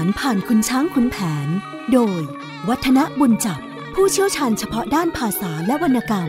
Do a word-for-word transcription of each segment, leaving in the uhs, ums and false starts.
านผ่านคุณช้างขุนแผนโดยวัฒนบุญจับผู้เชี่ยวชาญเฉพาะด้านภาษาและวรรณกรรม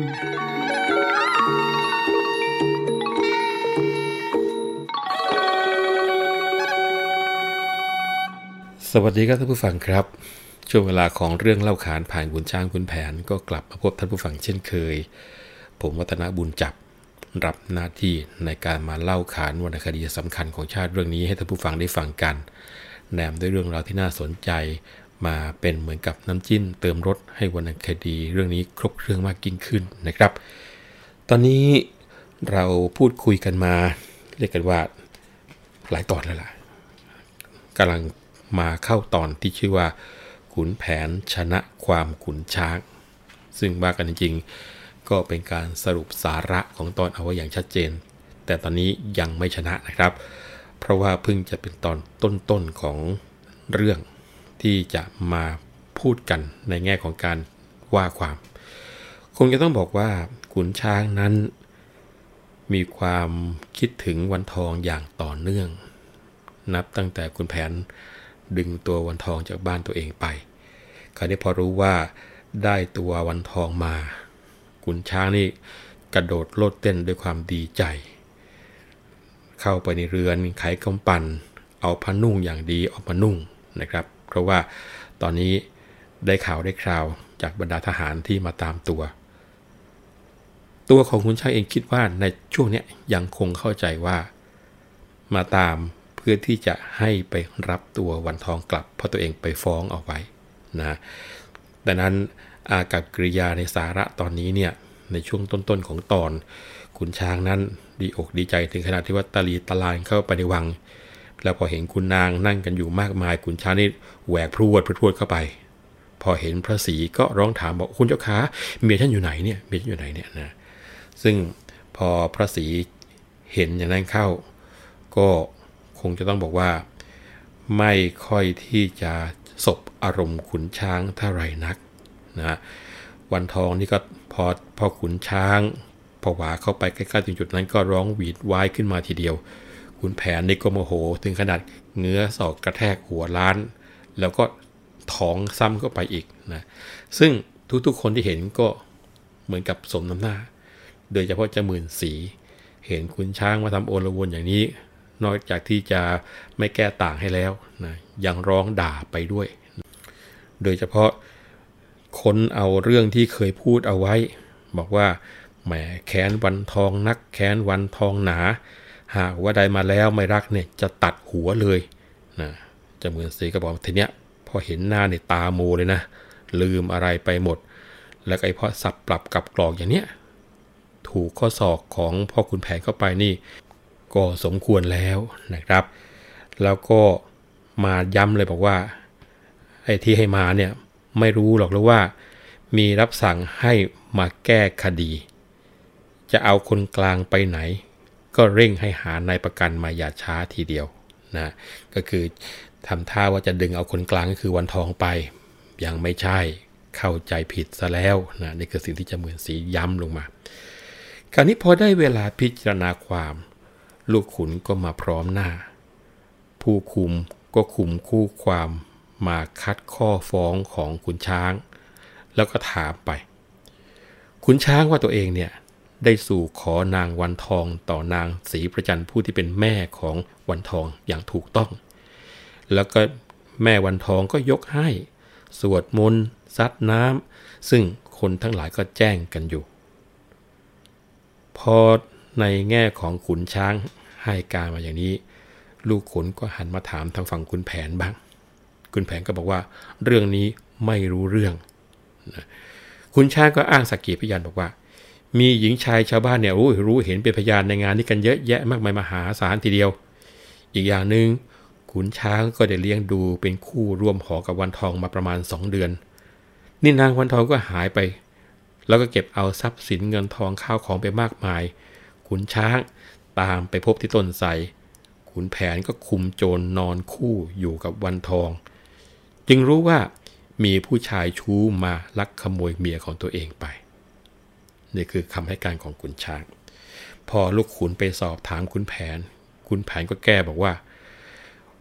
สวัสดีครับท่านผู้ฟังครับช่วงเวลาของเรื่องเล่าขานผ่านขุนช้างขุนแผนก็กลับมาพบท่านผู้ฟังเช่นเคยผมวัฒนบุญจับรับหน้าที่ในการมาเล่าขานวรรณคดีสำคัญของชาติเรื่องนี้ให้ท่านผู้ฟังได้ฟังกันแนมด้วยเรื่องราวที่น่าสนใจมาเป็นเหมือนกับน้ำจิ้มเติมรสให้วรรณคดีเรื่องนี้ครบเครื่องมากยิ่งขึ้นนะครับตอนนี้เราพูดคุยกันมาเรียกกันว่าหลายตอนแล้วล่ะกำลังมาเข้าตอนที่ชื่อว่าขุนแผนชนะความขุนช้างซึ่งว่ากันจริงๆก็เป็นการสรุปสาระของตอนเอาไว้อย่างชัดเจนแต่ตอนนี้ยังไม่ชนะนะครับเพราะว่าเพิ่งจะเป็นตอนต้นๆของเรื่องที่จะมาพูดกันในแง่ของการว่าความคงจะต้องบอกว่าขุนช้างนั้นมีความคิดถึงวันทองอย่างต่อเนื่องนับตั้งแต่ขุนแผนดึงตัววันทองจากบ้านตัวเองไปคราวนี้พอรู้ว่าได้ตัววันทองมาขุนช้างนี่กระโดดโลดเต้นด้วยความดีใจเข้าไปในเรือนไขกำปั่นเอาผ้านุ่งอย่างดีออกมานุ่งนะครับเพราะว่าตอนนี้ได้ข่าวได้คราวจากบรรดาทหารที่มาตามตัวตัวของขุนช้างเองคิดว่าในช่วงนี้ยังคงเข้าใจว่ามาตามเพื่อที่จะให้ไปรับตัววันทองกลับเพราะตัวเองไปฟ้องเอาไว้นะดังนั้นอากับกริยาในสาระตอนนี้เนี่ยในช่วงต้นๆของตอนขุนช้างนั้นดีอกดีใจถึงขนาดที่ว่าตะลีตะลานเข้าไปในวังแล้วพอเห็นคุณนางนั่งกันอยู่มากมายขุนช้างนี่แหวกพรวดพรวดเข้าไปพอเห็นพระศรีก็ร้องถามบอกคุณเจ้าขาเมียท่านอยู่ไหนเนี่ยเมียท่านอยู่ไหนเนี่ยนะซึ่งพอพระศรีเห็นอย่างนั้นเข้าก็คงจะต้องบอกว่าไม่ค่อยที่จะสบอารมณ์ขุนช้างเท่าไหร่นักนะวันทองนี่ก็พอพอขุนช้างผวาเข้าไปใกล้ๆถึงจุดนั้นก็ร้องหวีดว้ายขึ้นมาทีเดียวขุนแผนนี่ก็โมโหถึงขนาดเงื้อศอกกระแทกหัวล้านแล้วก็ท้องซ้ำเข้าไปอีกนะซึ่งทุกๆคนที่เห็นก็เหมือนกับสมน้ำหน้าโดยเฉพาะเจ้าหมื่นสีเห็นขุนช้างมาทำโอลวนอย่างนี้นอกจากที่จะไม่แก้ต่างให้แล้วนะยังร้องด่าไปด้วยโดยเฉพาะคนเอาเรื่องที่เคยพูดเอาไว้บอกว่าแหมแค้นวันทองนักแค้นวันทองหนาหากว่าใดมาแล้วไม่รักเนี่ยจะตัดหัวเลยนะเจ้าหมื่นสีก็บอกทีเนี้ยพอเห็นหน้าเนี่ยตาโมเลยนะลืมอะไรไปหมดแล้วไอ้พอสับปรับกับกรอกอย่างเนี้ยถูกข้อศอกของพ่อขุนแผนเข้าไปนี่ก็สมควรแล้วนะครับแล้วก็มาย้ำเลยบอกว่าไอ้ที่ให้มาเนี่ยไม่รู้หรอกหรือว่ามีรับสั่งให้มาแก้คดีจะเอาคนกลางไปไหนก็เร่งให้หานายประกันมาอย่าช้าทีเดียวนะก็คือทำท่าว่าจะดึงเอาคนกลางก็คือวันทองไปยังไม่ใช่เข้าใจผิดซะแล้วนะนี่คือสิ่งที่เจ้าหมื่นสีย้ำลงมาคราวนี้พอได้เวลาพิจารณาความลูกขุนก็มาพร้อมหน้าผู้คุมก็คุมคู่ความมาคัดข้อฟ้องของขุนช้างแล้วก็ถามไปขุนช้างว่าตัวเองเนี่ยได้สู่ขอนางวันทองต่อนางศรีประจันผู้ที่เป็นแม่ของวันทองอย่างถูกต้องแล้วก็แม่วันทองก็ยกให้สวดมนต์ซัดน้ำซึ่งคนทั้งหลายก็แจ้งกันอยู่พอในแง่ของขุนช้างให้การมาอย่างนี้ลูกขุนก็หันมาถามทางฝั่งขุนแผนบ้างขุนแผนก็บอกว่าเรื่องนี้ไม่รู้เรื่องนะขุนช้างก็อ้างสักขีพยานบอกว่ามีหญิงชายชาวบ้านเนี่ยรู้รู้เห็นเป็นพยานในงานนี้กันเยอะแยะมากมายมหาศาลทีเดียวอีกอย่างหนึ่งขุนช้างก็ได้เลี้ยงดูเป็นคู่ร่วมหอกับวันทองมาประมาณสองเดือนนี่นางวันทองก็หายไปแล้วก็เก็บเอาทรัพย์สินเงินทองข้าวของไปมากมายขุนช้างตามไปพบที่ต้นไทรขุนแผนก็คุมโจรนอนคู่อยู่กับวันทองจึงรู้ว่ามีผู้ชายชู้มาลักขโมยเมียของตัวเองไปนี่คือคำให้การของขุนช้างพอลูกขุนไปสอบถามขุนแผนขุนแผนก็แก้บอกว่า โ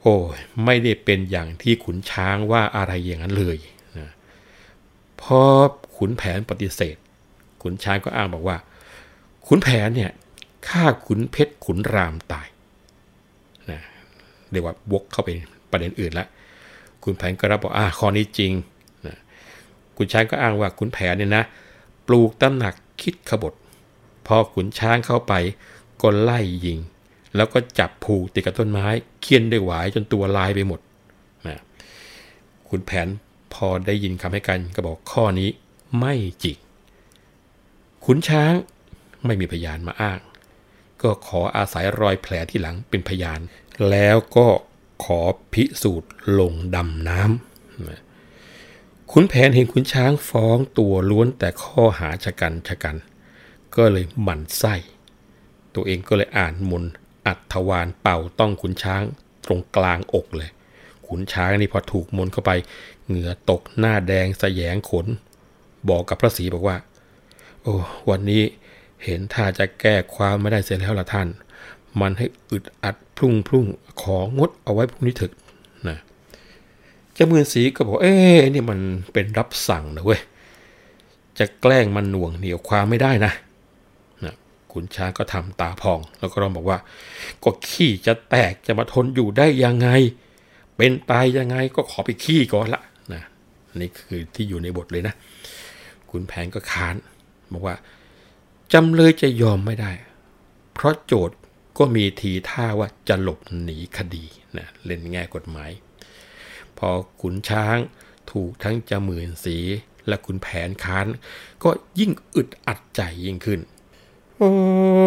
โอ้ไม่ได้เป็นอย่างที่ขุนช้างว่าอะไรอย่างนั้นเลยนะพอขุนแผนปฏิเสธขุนช้างก็อ้างบอกว่าขุนแผนเนี่ยฆ่าขุนเพชรขุนรามตายนะเรียกว่าวกเข้าไปประเด็นอื่นแล้วขุนแผนก็รับบอกอ่าข้อนี้จริงนะขุนช้างก็อ้างว่าขุนแผนเนี่ยนะปลูกตำหนักคิดขบฏพอขุนช้างเข้าไปก็ไล่ยิงแล้วก็จับผูกติดกับต้นไม้เคี่ยนด้วยหวายจนตัวลายไปหมดนะขุนแผนพอได้ยินคำให้การก็บอกข้อนี้ไม่จริงขุนช้างไม่มีพยานมาอ้างก็ขออาศัยรอยแผลที่หลังเป็นพยานแล้วก็ขอพิสูจน์ลงดำน้ำนะขุนแผนเห็นขุนช้างฟ้องตัวล้วนแต่ข้อหาชะกันชะกันก็เลยหมั่นไส้ตัวเองก็เลยอ่านมนต์อัฐวานเป่าต้องขุนช้างตรงกลางอกเลยขุนช้างนี่พอถูกมนต์เข้าไปเหงื่อตกหน้าแดงแสยงขนบอกกับพระศรีบอกว่าโอ้วันนี้เห็นท่าจะแก้ความไม่ได้เสียแล้วล่ะท่านมันให้อึดอัดพรุ่งพรุ่งของดเอาไว้พรุ่งนี้เถิดนะเจ้ามือศรีก็บอกเอ๊ะนี่มันเป็นรับสั่งนะเว้ยจะแกล้งมันหน่วงเหนี่ยวความไม่ได้นะนะขุนช้างก็ทำตาพองแล้วก็ร้องบอกว่าก็ขี้จะแตกจะมาทนอยู่ได้ยังไงเป็นตายยังไงก็ขอไปขี้ก่อนละนะนี่คือที่อยู่ในบทเลยนะขุนแผนก็ค้านบอกว่าจำเลยจะยอมไม่ได้เพราะโจทก์ก็มีทีท่าว่าจะหลบหนีคดีนะเล่นแง่กฎหมายพอขุนช้างถูกทั้งจมื่นศรีและขุนแผนค้านก็ยิ่งอึดอัดใจยิ่งขึ้นโอ้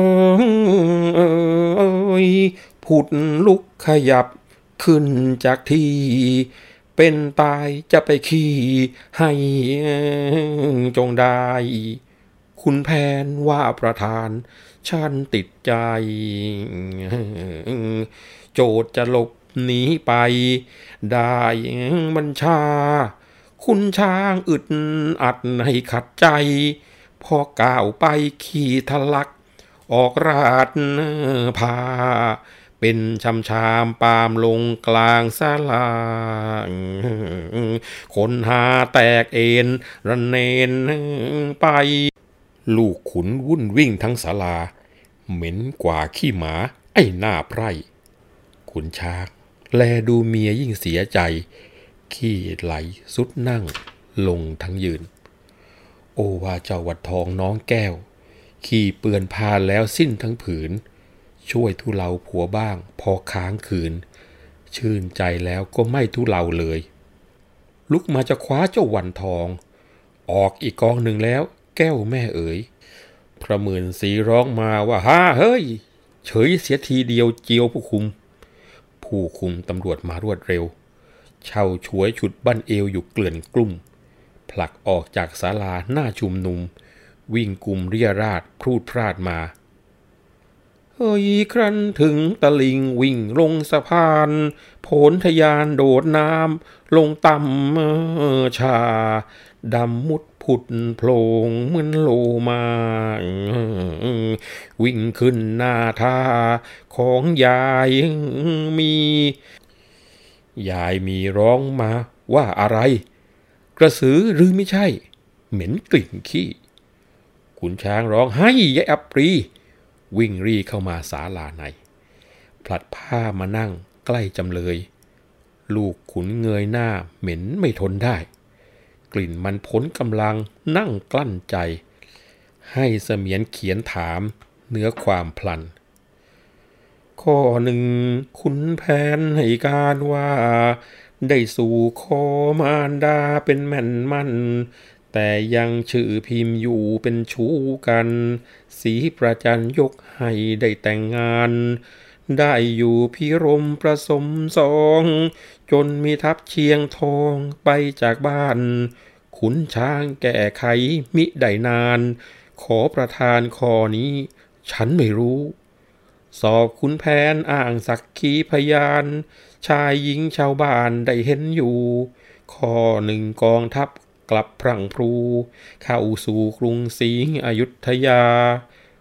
ยผุดลุกขยับขึ้นจากที่เป็นตายจะไปขี้ให้จงได้ขุนแผนว่าประธานฉันติดใจโจทย์จะหลบหนีไปได้บัญชาขุนช้างอึดอัดให้ขัดใจพอก้าวไปขี่ทะลักออกราดพาเป็นชำชามปามลงกลางศาลาคนหาแตกเอ็นระเนนไปลูกขุนวุ่นวิ่งทั้งศาลาเหม็นกว่าขี้หมาไอ้หน้าไพร่ขุนช้างแลดูเมียยิ่งเสียใจขี้ไหลสุดนั่งลงทั้งยืนโอว่าเจ้าวัดทองน้องแก้วขี้เปื้อนพาแล้วสิ้นทั้งผืนช่วยทุเลาผัวบ้างพอค้างคืนชื่นใจแล้วก็ไม่ทุเลาเลยลุกมาจะคว้าเจ้าวันทองออกอีกกองหนึ่งแล้วแก้วแม่เอ๋ยพระหมื่นศรีร้องมาว่าฮ่าเฮ้ยเฉยเสียทีเดียวเจียวผู้คุมผู้คุมตำรวจมารวดเร็วเช่าฉวยฉุดบั้นเอวอยู่เกลื่อนกลุ่มผลักออกจากศาลาหน้าชุมนุมวิ่งกุมเรียราดพรูดพราดมาเฮ้ยครั้นถึงตะลิงวิ่งลงสะพานโผนทยานโดดน้ำลงต่ำชาดำมุดผุดโผล่เหมือนโลมาวิ่งขึ้นหน้าท่าของยายมียายมีร้องมาว่าอะไรกระสือหรือไม่ใช่เหม็นกลิ่นขี้ขุนช้างร้องให้ยายอัปรีวิ่งรีเข้ามาศาลาในผลัดผ้ามานั่งใกล้จำเลยลูกขุนเงยหน้าเหม็นไม่ทนได้กลิ่นมันพ้นกำลังนั่งกลั้นใจให้เสมียนเขียนถามเนื้อความพลันข้อหนึ่งขุนแผนให้การว่าได้สู่ขอมารดาเป็นแม่นมั่นแต่ยังชื่อพิมพ์อยู่เป็นชู้กันศรีประจันยกให้ได้แต่งงานได้อยู่พิรมประสมสองจนมีทัพเชียงทองไปจากบ้านขุนช้างแก้ไขมิได้นานขอประทานข้อนี้ฉันไม่รู้สอบขุนแผนอ้างสักขีพยานชายหญิงชาวบ้านได้เห็นอยู่ข้อหนึ่งกองทัพกลับพรั่งพรูเข้าสู่กรุงศรีอยุธยา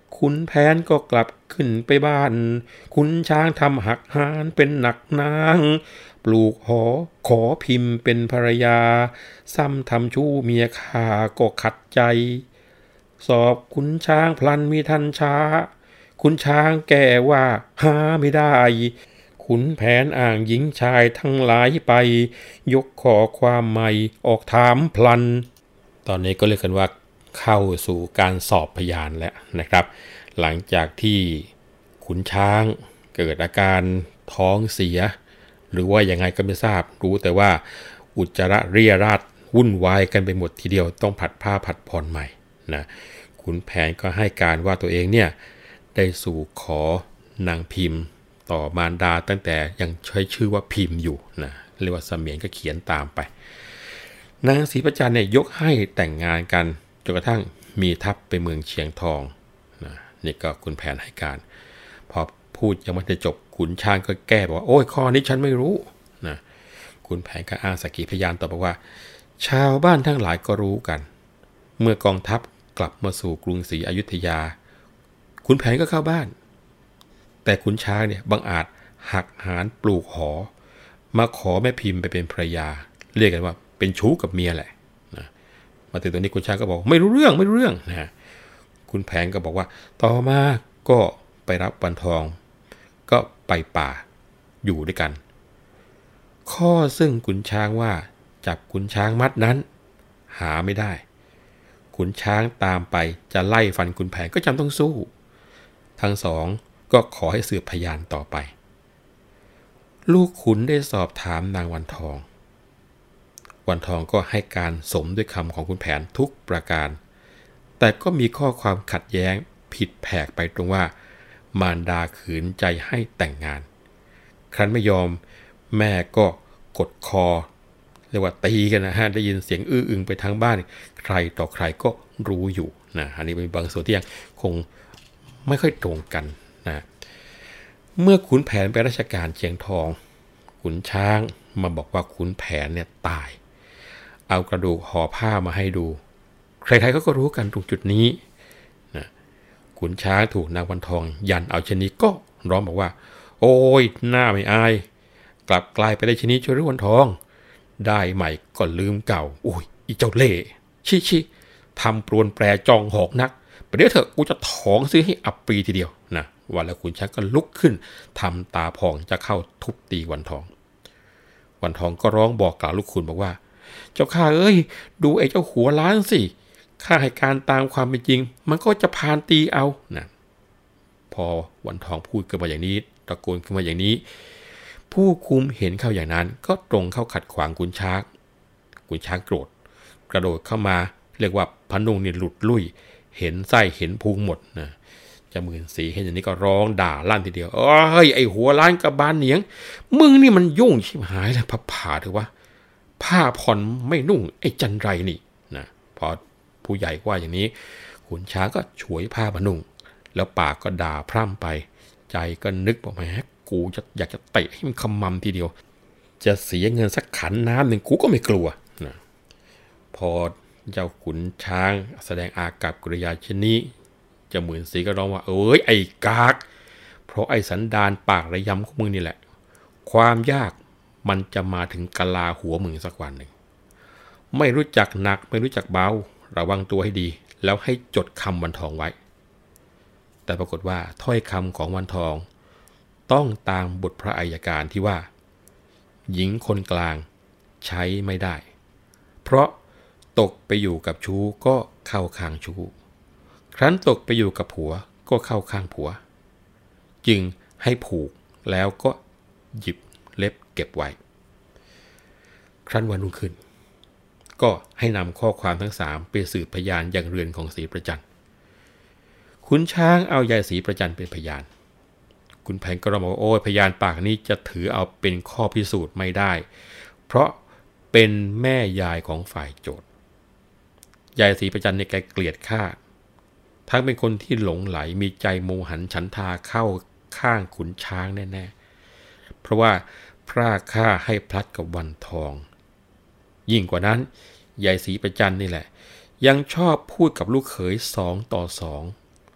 ขุนแผนก็กลับขึ้นไปบ้านขุนช้างทำหักหานเป็นหนักนางปลูกหอขอพิมพ์เป็นภรรยาซ้ำทำชู้เมียข้าก็ขัดใจสอบขุนช้างพลันมีทันช้าขุนช้างแก้ว่าหาไม่ได้ขุนแผนอ่างหญิงชายทั้งหลายไปยกขอความใหม่ออกถามพลันตอนนี้ก็เรียกกันว่าเข้าสู่การสอบพยานแล้วนะครับหลังจากที่ขุนช้างเกิดอาการท้องเสียหรือว่ายังไงก็ไม่ทราบรู้แต่ว่าอุจจาระเรียราดวุ่นวายกันไปหมดทีเดียวต้องผัดผ้าผัดผ่อนใหม่นะขุนแผนก็ให้การว่าตัวเองเนี่ยได้สู่ขอนางพิมพ์ต่อมารดาตั้งแต่ยังใช้ชื่อว่าพิมพ์อยู่นะเรียกว่าเสมียนก็เขียนตามไปนางศรีประจันเนี่ยยกให้แต่งงานกันจนกระทั่งมีทัพไปเมืองเชียงทองนะนี่ก็ขุนแผนให้การพอพูดยังไม่ได้จบขุนช้างก็แก้บอกว่าโอ้ยข้อนี้ฉันไม่รู้นะขุนแผนก็อ้างสักขีพยานต่อบอกว่าชาวบ้านทั้งหลายก็รู้กันเมื่อกองทัพกลับมาสู่กรุงศรีอยุธยาขุนแผนก็เข้าบ้านแต่ขุนช้างเนี่ยบังอาจหักหานปลูกหอมาขอแม่พิมพ์ไปเป็นภรรยาเรียกกันว่าเป็นชู้กับเมียแหละนะมาถึงตรงนี้ขุนช้างก็บอกไม่รู้เรื่องไม่รู้เรื่องนะขุนแผนก็บอกว่าต่อมาก็ไปรับวันทองก็ไปป่าอยู่ด้วยกันข้อซึ่งขุนช้างว่าจับขุนช้างมัดนั้นหาไม่ได้ขุนช้างตามไปจะไล่ฟันขุนแผนก็จำต้องสู้ทั้งสองก็ขอให้สืบพยานต่อไปลูกขุนได้สอบถามนางวันทองวันทองก็ให้การสมด้วยคำของขุนแผนทุกประการแต่ก็มีข้อความขัดแย้งผิดแผกไปตรงว่ามารดาขืนใจให้แต่งงานครั้นไม่ยอมแม่ก็กดคอเรียกว่าตีกันนะฮะได้ยินเสียงอื้ออึงไปทั้งบ้านใครต่อใครก็รู้อยู่นะอันนี้เป็นบางส่วนที่ยังคงไม่ค่อยตรงกันนะเมื่อขุนแผนไปราชการเชียงทองขุนช้างมาบอกว่าขุนแผนเนี่ยตายเอากระดูกห่อผ้ามาให้ดูใครๆก็รู้กันตรงจุดนี้นะขุนช้างถูกนางวันทองยันเอาชนีก็ร้องบอกว่าโอ้ยหน้าไม่อายกลับกลายไปได้ชนีช่วยรุ่วันทองได้ใหม่ก็ลืมเก่าอุ้ยอีเจ้าเล่ชิชิทำปรวนแปรจองหอกนักประเดี๋ยวเถอะกูจะถองซื้อให้อับปรีทีเดียวนะวันแล้วขุนช้างก็ลุกขึ้นทำตาพองจะเข้าทุบตีวันทองวันทองก็ร้องบอกกล่าวลูกขุนบอกว่าเจ้าข้าเอ้ยดูไอ้เจ้าหัวล้านสิข้าให้การตามความเป็นจริงมันก็จะพานตีเอานะพอวันทองพูดขึ้นมาอย่างนี้ตะโกนขึ้นมาอย่างนี้ผู้คุมเห็นเข้าอย่างนั้นก็ตรงเข้าขัดขวางขุนช้างขุนช้างโกรธกระโดดเข้ามาเรียกว่าพนุงเนี่ยหลุดลุ่ยเห็นไส้เห็นพุงหมดนะจะหมื่นสีเห็นอย่างนี้ก็ร้องด่าลั่นทีเดียวเอ้ยไอ้หัวล้านกับบานเหนียงมึงนี่มันยุ่งชิบหายเลยพับผ่าเถอะวะผ้าผ่อนไม่นุ่งไอ้จันไรนี่นะพอผู้ใหญ่ว่าอย่างนี้ขุนช้างก็ฉวยผ้ามานุ่งแล้วปากก็ด่าพร่ำไปใจก็นึกบอกแหมกูจะอยากจะเตะให้มันคำมั่มทีเดียวจะเสียเงินสักขันน้ำหนึ่งกูก็ไม่กลัวนะพอเจ้าขุนช้างแสดงอากับกิริยาเช่นนี้เจ้าหมื่นสีก็ร้องว่าเอ้ยไอ้กากเพราะไอ้สันดานปากระยำของมึงนี่แหละความยากมันจะมาถึงกะลาหัวมึงสักวันหนึ่งไม่รู้จักหนักไม่รู้จักเบาระวังตัวให้ดีแล้วให้จดคำวันทองไว้แต่ปรากฏว่าถ้อยคำของวันทองต้องตามบทพระอัยการที่ว่าหญิงคนกลางใช้ไม่ได้เพราะตกไปอยู่กับชู้ก็เข้าข้างชู้ครั้นตกไปอยู่กับผัวก็เข้าข้างผัวจึงให้ผูกแล้วก็หยิบเล็บเก็บไว้ครั้นวันรุ่งขึ้นก็ให้นำข้อความทั้งสามไปสืบพยานอย่างเรือนของศรีประจันขุนช้างเอายายศรีประจันเป็นพยานขุนแผนก็ร้องว่าโอ้ยพยานปากนี้จะถือเอาเป็นข้อพิสูจน์ไม่ได้เพราะเป็นแม่ยายของฝ่ายโจทย์ยายศรีประจันในแกเกลียดข้าทั้งเป็นคนที่หลงไหลมีใจโมหันฉันทาเข้าข้างขุนช้างแน่ๆเพราะว่าพรากข้าให้พลัดกับวันทองยิ่งกว่านั้นยายศรีประจันนี่แหละยังชอบพูดกับลูกเขยสองต่อสอง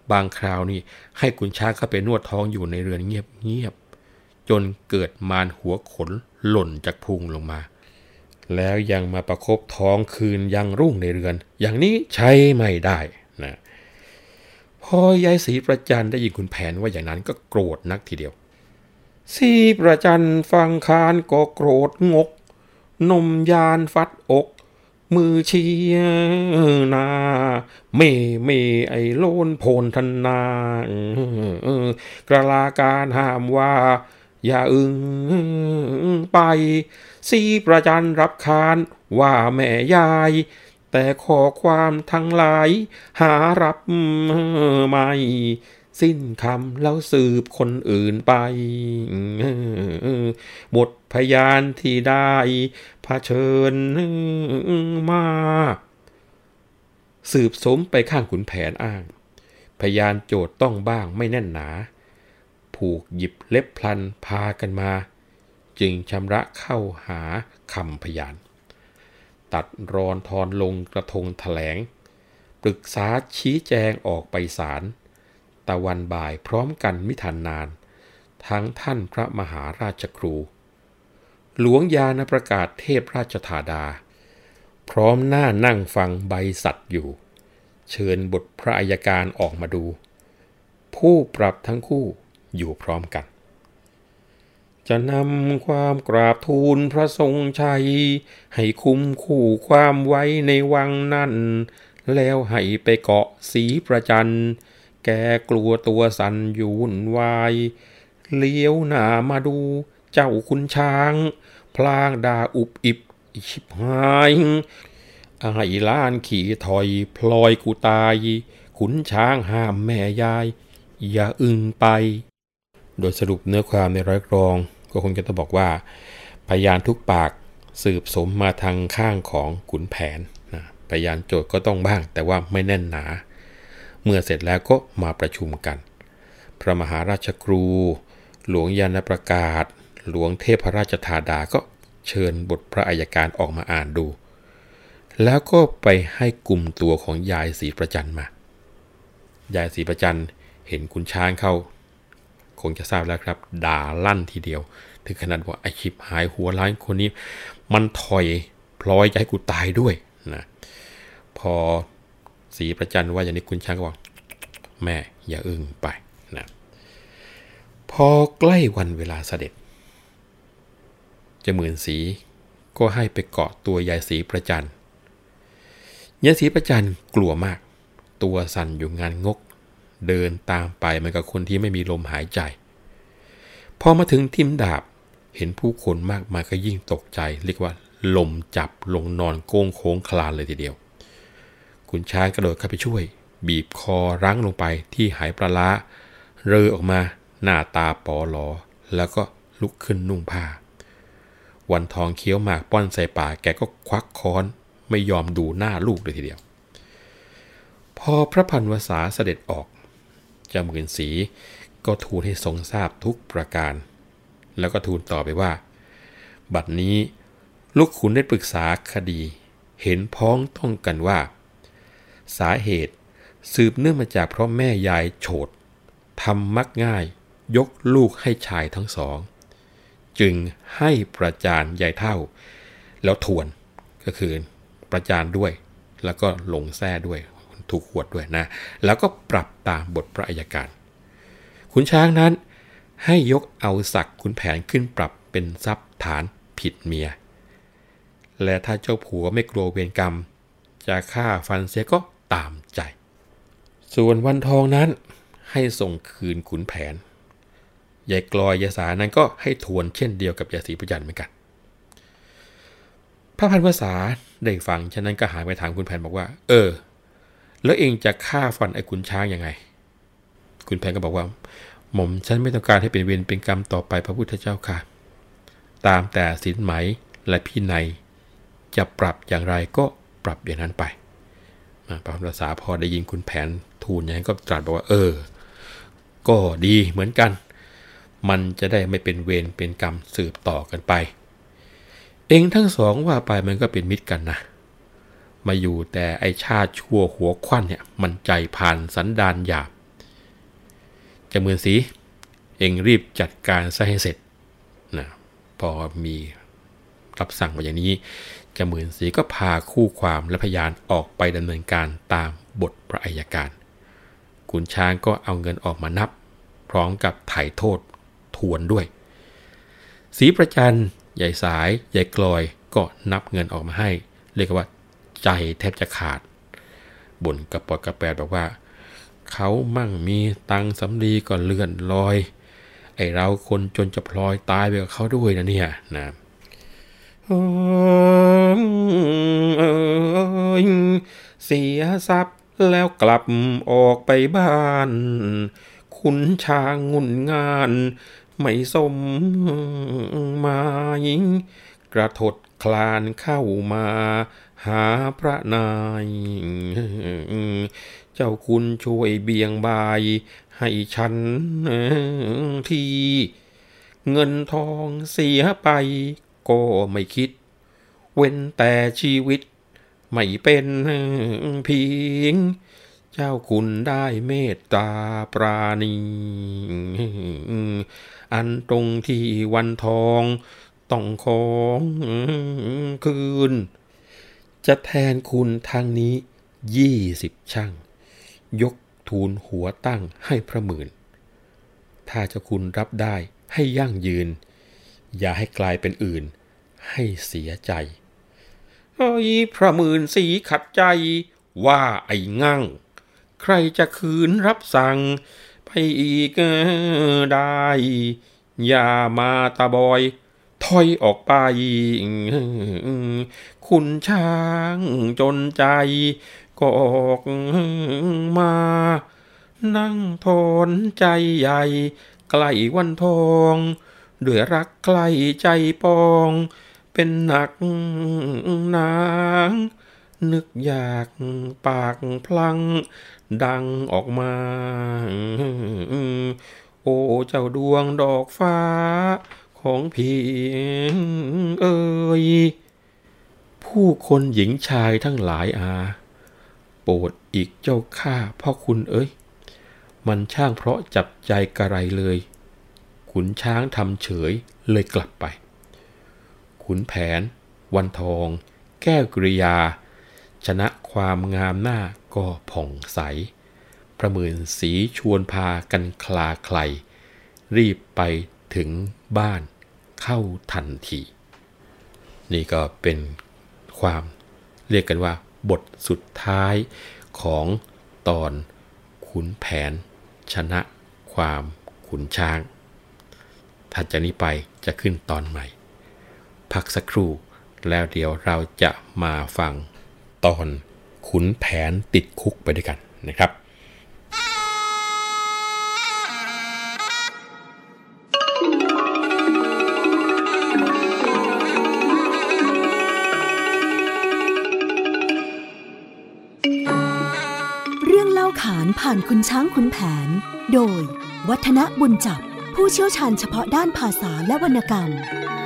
บางคราวนี่ให้ขุนช้างเข้าไปนวดท้องอยู่ในเรือนเงียบๆจนเกิดมารหัวขนหล่นจากพุงลงมาแล้วยังมาประคบท้องคืนยังรุ่งในเรือนอย่างนี้ใช้ไม่ได้นะพอยายศรีประจันได้ยินขุนแผนว่าอย่างนั้นก็โกรธนักทีเดียวศรีประจันฟังคานก็โกรธงกนมยานฟัดอกมือเชียนาเมเมไอโลนโพนธนากระลาการห้ามว่าอย่าอึงไปศรีประจันรับคานว่าแม่ยายแต่ขอความทั้งหลายหารับไม่สิ้นคำแล้วสืบคนอื่นไปหมดพยานที่ได้เผชิญมาสืบสมไปข้างขุนแผนอ้างพยานโจทย์ต้องบ้างไม่แน่นหนาผูกหยิบเล็บพลันพากันมาจึงชำระเข้าหาคำพยานตัดรอนทอนลงกระทงแถลงปรึกษาชี้แจงออกไปศาลตะวันบ่ายพร้อมกันมิทันนานทั้งท่านพระมหาราชครูหลวงยานประกาศเทพราชธาดาพร้อมหน้านั่งฟังใบสัตย์อยู่เชิญบทพระอัยการออกมาดูผู้ปรับทั้งคู่อยู่พร้อมกันจะนำความกราบทูลพระทรงชัยให้คุ้มคู่ความไว้ในวังนั้นแล้วให้ไปเกาะศรีประจันแกกลัวตัวสั่นอยู่วุ่นวายเลี้ยวหน้ามาดูเจ้าขุนช้างพลางด่าอุบอิบชิบหายไอ้ล้านขี่ถอยพลอยกูตายขุนช้างห้ามแม่ยายอย่าอึ้งไปโดยสรุปเนื้อความในร้อยกรองก็คงจะต้องบอกว่าพยานทุกปากสืบสมมาทางข้างของขุนแผนนะพยานโจทย์ก็ต้องบ้างแต่ว่าไม่แน่นหนาเมื่อเสร็จแล้วก็มาประชุมกันพระมหาราชครูหลวงยานประกาศหลวงเทพราชธาดาก็เชิญบทพระอัยการออกมาอ่านดูแล้วก็ไปให้กลุ่มตัวของยายศรีประจันมายายศรีประจันเห็นขุนช้างเข้าคงจะทราบแล้วครับด่าลั่นทีเดียวถึงขนาดว่าไอ้ชิบหายหัวล้านคนนี้มันถอยพลอยจะให้กูตายด้วยนะพอศรีประจันว่าอย่างนี้ขุนช้างก็บอกแม่อย่าอึ้งไปนะพอใกล้วันเวลาเสด็จเจ้าหมื่นศรีก็ให้ไปเกาะตัวยายศรีประจันยายศรีประจันกลัวมากตัวสั่นอยู่งานงกเดินตามไปเหมือนกับคนที่ไม่มีลมหายใจพอมาถึงทิมดาบเห็นผู้คนมากมายก็ยิ่งตกใจเรียกว่าลมจับลงนอนโก้งโค้งคลานเลยทีเดียวขุนช้างกระโดดเข้าไปช่วยบีบคอรั้งลงไปที่หายปลาร้าเรอออกมาหน้าตาปอหลอแล้วก็ลุกขึ้นนุ่งผ้าวันทองเคี้ยวหมากป้อนใส่ปากแกก็ควักค้อนไม่ยอมดูหน้าลูกเลยทีเดียวพอพระพันวษาเสด็จออกเจ้าหมื่นศรีก็ทูลให้ทรงทราบทุกประการแล้วก็ทูลต่อไปว่าบัดนี้ลูกขุนได้ปรึกษาคดีเห็นพ้องต้องกันว่าสาเหตุสืบเนื่องมาจากเพราะแม่ยายโฉดทำมักง่ายยกลูกให้ชายทั้งสองจึงให้ประจานยายเฒ่าแล้วทวนก็คือประจานด้วยแล้วก็ลงแส้ด้วยถูกขวดด้วยนะแล้วก็ปรับตามบทพระอัยการขุนช้างนั้นให้ยกเอาศักดิ์ขุนแผนขึ้นปรับเป็นทรัพย์ฐานผิดเมียและถ้าเจ้าผัวไม่กลัวเวรกรรมจะฆ่าฟันเสียก็ตามใจส่วนวันทองนั้นให้ส่งคืนขุนแผนยายกลอยยายสานั้นก็ให้ทวนเช่นเดียวกับยายศรีประจันเหมือนกันพระพันวษาได้ฟังฉะนั้นก็หาไปถามขุนแผนบอกว่าเออแล้วเองจะฆ่าฟันไอ้ขุนช้างยังไงขุนแผนก็บอกว่าหม่อมฉันไม่ต้องการให้เป็นเวรเป็นกรรมต่อไปพระพุทธเจ้าค่ะตามแต่ศีลไหมและพินัยจะปรับอย่างไรก็ปรับอย่างนั้นไปพระพันวษาพอได้ยินขุนแผนทูลอย่างนั้นก็ตรัสบอกว่าเออก็ดีเหมือนกันมันจะได้ไม่เป็นเวรเป็นกรรมสืบต่อกันไปเองทั้งสองว่าไปมันก็เป็นมิตรกันนะมาอยู่แต่ไอชาติชั่วหัวควันเนี่ยมันใจผ่านสันดานหยาบจำเมือนสีเองรีบจัดการซะให้เสร็จนะพอมีรับสั่งมาอย่างนี้จำเมือนสีก็พาคู่ความและพยานออกไปดำเนินการตามบทพระอัยการขุนช้างก็เอาเงินออกมานับพร้อมกับไถ่โทษทวนด้วยศรีประจันใหญ่สายใหญ่กลอยก็นับเงินออกมาให้เรียกว่าใจแทบจะขาดบ่นกระปอดกระแปดบอกว่าเขามั่งมีตังสำลีก็เลื่อนลอยไอเราคนจนจะพลอยตายไปกับเขาด้วยนะเนี่ยนะเสียทรัพย์แล้วกลับออกไปบ้านขุนช้างงุนงานไม่สมหมายกระทดคลานเข้ามาหาพระนายเจ้าคุณช่วยเบี่ยงบายให้ฉันทีเงินทองเสียไปก็ไม่คิดเว้นแต่ชีวิตไม่เป็นเพียงเจ้าคุณได้เมตตาปราณีอันตรงที่วันทองต้องของคืนจะแทนคุณทางนี้ยี่สิบช่างยกทูลหัวตั้งให้พระหมื่นถ้าเจ้าคุณรับได้ให้ยั่งยืนอย่าให้กลายเป็นอื่นให้เสียใจเฮ้ยพระหมื่นสีขัดใจว่าไอ้งั่งใครจะคืนรับสั่งไปอีกได้อย่ามาตาบอยถอยออกไปคุณช้างจนใจก็ออกมานั่งทนใจใหญ่ใกล้วันทองด้วยรักใกล้ใจปองเป็นหนักหนางนึกอยากปากพลังดังออกมาโอ้เจ้าดวงดอกฟ้าของพี่เอ่ยผู้คนหญิงชายทั้งหลายอาโปรดอีกเจ้าข้าพ่อคุณเอ้ยมันช่างเพราะจับใจกระไรเลยขุนช้างทำเฉยเลยกลับไปขุนแผนวันทองแก้วกริยาชนะความงามหน้าก็ผ่องใสพระหมื่นสีชวนพากันคลาใครรีบไปถึงบ้านเข้าทันทีนี่ก็เป็นความเรียกกันว่าบทสุดท้ายของตอนขุนแผนชนะความขุนช้างถัดจากนี้ไปจะขึ้นตอนใหม่พักสักครู่แล้วเดี๋ยวเราจะมาฟังตอนขุนแผนติดคุกไปด้วยกันนะครับเรื่องเล่าขานผ่านคุณช้างขุนแผนโดยวัฒนบุญจับผู้เชี่ยวชาญเฉพาะด้านภาษาและวรรณกรรม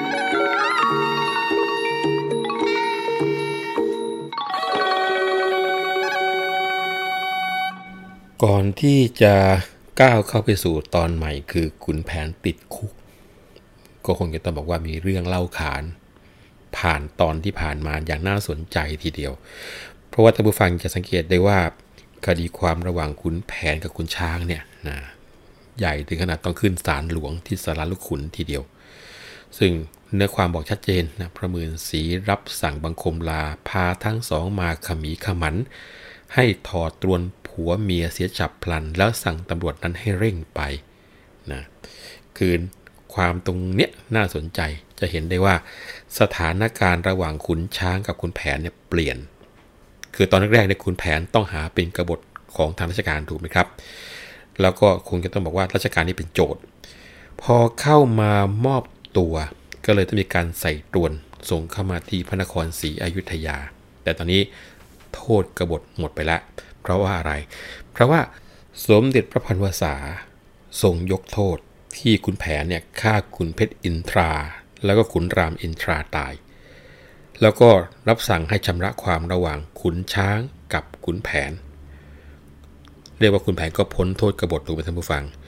ก่อนที่จะก้าวเข้าไปสู่ตอนใหม่คือขุนแผนติดคุกก็คงจะต้องบอกว่ามีเรื่องเล่าขานผ่านตอนที่ผ่านมาอย่างน่าสนใจทีเดียวเพราะว่าท่านผู้ฟังจะสังเกตได้ว่าคดีความระหว่างขุนแผนกับขุนช้างเนี่ยนะใหญ่ถึงขนาดต้องขึ้นศาลหลวงที่สาราลูกขุนทีเดียวซึ่งเนื้อความบอกชัดเจนนะพระหมื่นศรีรับสั่งบังคมลาพาทั้งสองมาขมีขมันให้ถอดตรวนผัวเมียเสียฉับพลันแล้วสั่งตำรวจนั้นให้เร่งไปนะคือความตรงเนี้ยน่าสนใจจะเห็นได้ว่าสถานการณ์ระหว่างขุนช้างกับขุนแผนเนี่ยเปลี่ยนคือตอนแรกๆเนี่ยขุนแผนต้องหาเป็นกบฏของทางราชการถูกไหมครับแล้วก็คงจะต้องบอกว่าราชการนี้เป็นโจทย์พอเข้ามามอบตัวก็เลยต้องมีการใส่ตรวนส่งเข้ามาที่พระนครศรีอยุธยาแต่ตอนนี้โทษกบฏหมดไปแล้วเพราะว่าอะไรเพราะว่าสมเด็จพระพันวษาทรงยกโทษที่ขุนแผนเนี่ยฆ่าขุนเพชรอินทราแล้วก็ขุนรามอินทราตายแล้วก็รับสั่งให้ชำระความระหว่างขุนช้างกับขุนแผนเรียกว่าขุนแผนก็พ้นโทษกบฏถูกไหมท่านผู้ฟัง